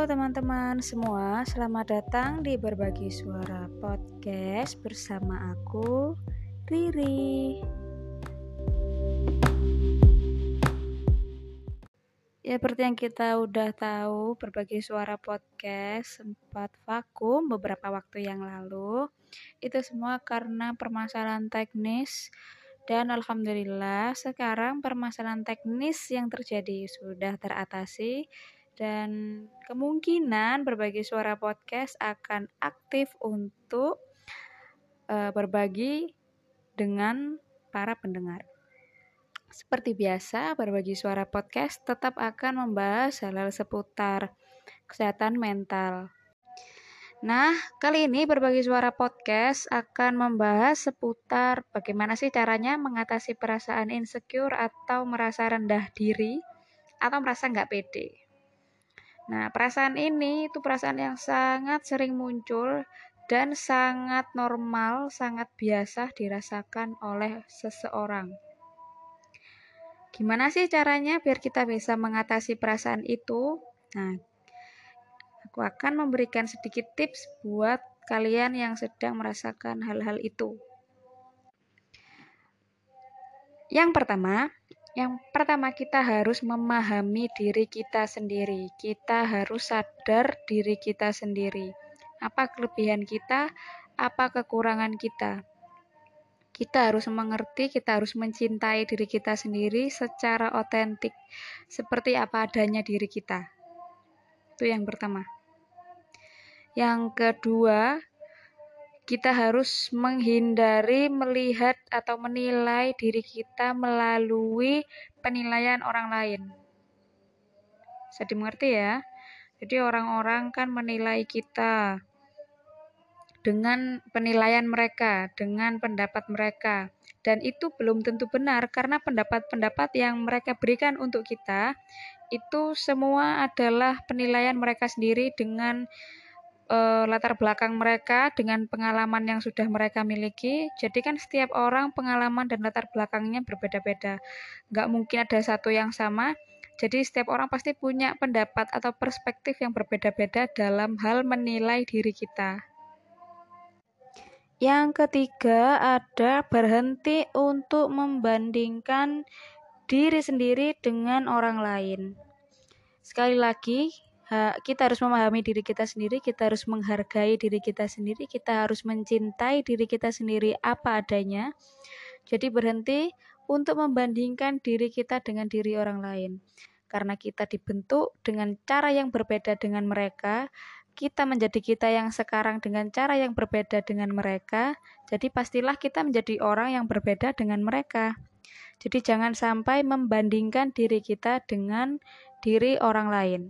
teman-teman semua, selamat datang di Berbagi Suara Podcast bersama aku, Riri. Ya, seperti yang kita udah tahu, Berbagi Suara Podcast sempat vakum beberapa waktu yang lalu. Itu semua karena permasalahan teknis. Dan alhamdulillah sekarang permasalahan teknis yang terjadi sudah teratasi. Dan kemungkinan Berbagi Suara Podcast akan aktif untuk berbagi dengan para pendengar. Seperti biasa, Berbagi Suara Podcast tetap akan membahas hal-hal seputar kesehatan mental. Nah, kali ini Berbagi Suara Podcast akan membahas seputar bagaimana sih caranya mengatasi perasaan insecure atau merasa rendah diri atau merasa nggak pede. Nah, perasaan ini itu perasaan yang sangat sering muncul dan sangat normal, sangat biasa dirasakan oleh seseorang. Gimana sih caranya biar kita bisa mengatasi perasaan itu? Nah, aku akan memberikan sedikit tips buat kalian yang sedang merasakan hal-hal itu. Yang pertama kita harus memahami diri kita sendiri. Kita harus sadar diri kita sendiri. Apa kelebihan kita? Apa kekurangan kita? Kita harus mengerti, kita harus mencintai diri kita sendiri secara otentik. Seperti apa adanya diri kita. Itu yang pertama. Yang kedua, kita harus menghindari melihat atau menilai diri kita melalui penilaian orang lain. Bisa dimengerti ya? Jadi orang-orang kan menilai kita dengan penilaian mereka, dengan pendapat mereka. Dan itu belum tentu benar karena pendapat-pendapat yang mereka berikan untuk kita itu semua adalah penilaian mereka sendiri dengan latar belakang mereka, dengan pengalaman yang sudah mereka miliki. Jadi kan setiap orang pengalaman dan latar belakangnya berbeda-beda. Nggak mungkin ada satu yang sama. Jadi setiap orang pasti punya pendapat atau perspektif yang berbeda-beda dalam hal menilai diri kita. Yang ketiga ada berhenti untuk membandingkan diri sendiri dengan orang lain. Sekali lagi, kita harus memahami diri kita sendiri, kita harus menghargai diri kita sendiri, kita harus mencintai diri kita sendiri apa adanya. Jadi berhenti untuk membandingkan diri kita dengan diri orang lain. Karena kita dibentuk dengan cara yang berbeda dengan mereka, kita menjadi kita yang sekarang dengan cara yang berbeda dengan mereka, jadi pastilah kita menjadi orang yang berbeda dengan mereka. Jadi jangan sampai membandingkan diri kita dengan diri orang lain.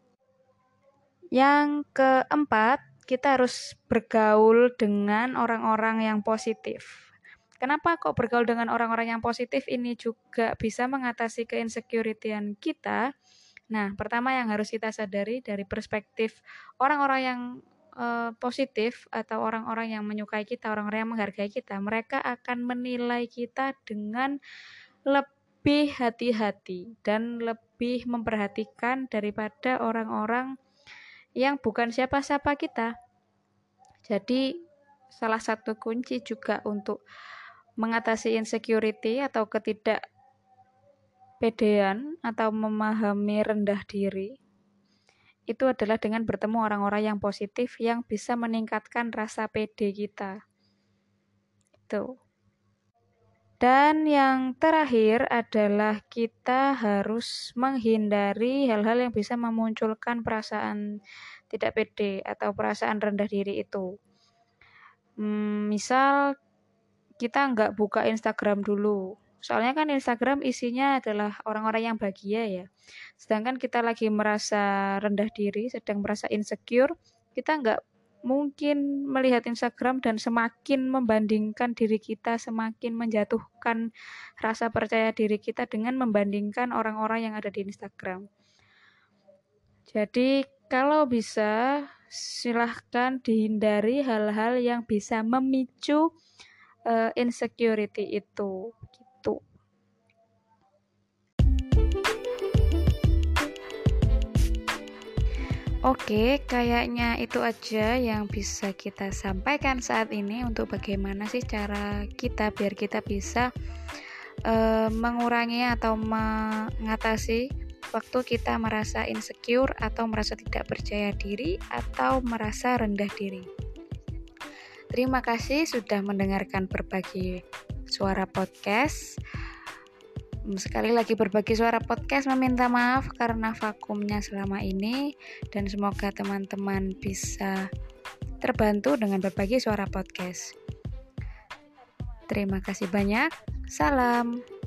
Yang keempat, kita harus bergaul dengan orang-orang yang positif. Kenapa kok bergaul dengan orang-orang yang positif ini juga bisa mengatasi keinsecurity-an kita? Nah, pertama yang harus kita sadari dari perspektif orang-orang yang positif atau orang-orang yang menyukai kita, orang-orang yang menghargai kita, mereka akan menilai kita dengan lebih hati-hati dan lebih memperhatikan daripada orang-orang yang bukan siapa-siapa kita. Jadi salah satu kunci juga untuk mengatasi insecurity atau ketidakpedean atau memahami rendah diri itu adalah dengan bertemu orang-orang yang positif yang bisa meningkatkan rasa pede kita. Itu. Dan yang terakhir adalah kita harus menghindari hal-hal yang bisa memunculkan perasaan tidak pede atau perasaan rendah diri itu. Misal kita nggak buka Instagram dulu. Soalnya kan Instagram isinya adalah orang-orang yang bahagia ya. Sedangkan kita lagi merasa rendah diri, sedang merasa insecure, kita nggak mungkin melihat Instagram dan semakin membandingkan diri kita, semakin menjatuhkan rasa percaya diri kita dengan membandingkan orang-orang yang ada di Instagram. Jadi kalau bisa silahkan dihindari hal-hal yang bisa memicu insecurity itu gitu. Oke, kayaknya itu aja yang bisa kita sampaikan saat ini untuk bagaimana sih cara kita biar kita bisa mengurangi atau mengatasi waktu kita merasa insecure atau merasa tidak percaya diri atau merasa rendah diri. Terima kasih sudah mendengarkan berbagi suara podcast. Sekali lagi berbagi suara podcast meminta maaf karena vakumnya selama ini, dan semoga teman-teman bisa terbantu dengan berbagi suara podcast. Terima kasih banyak. Salam.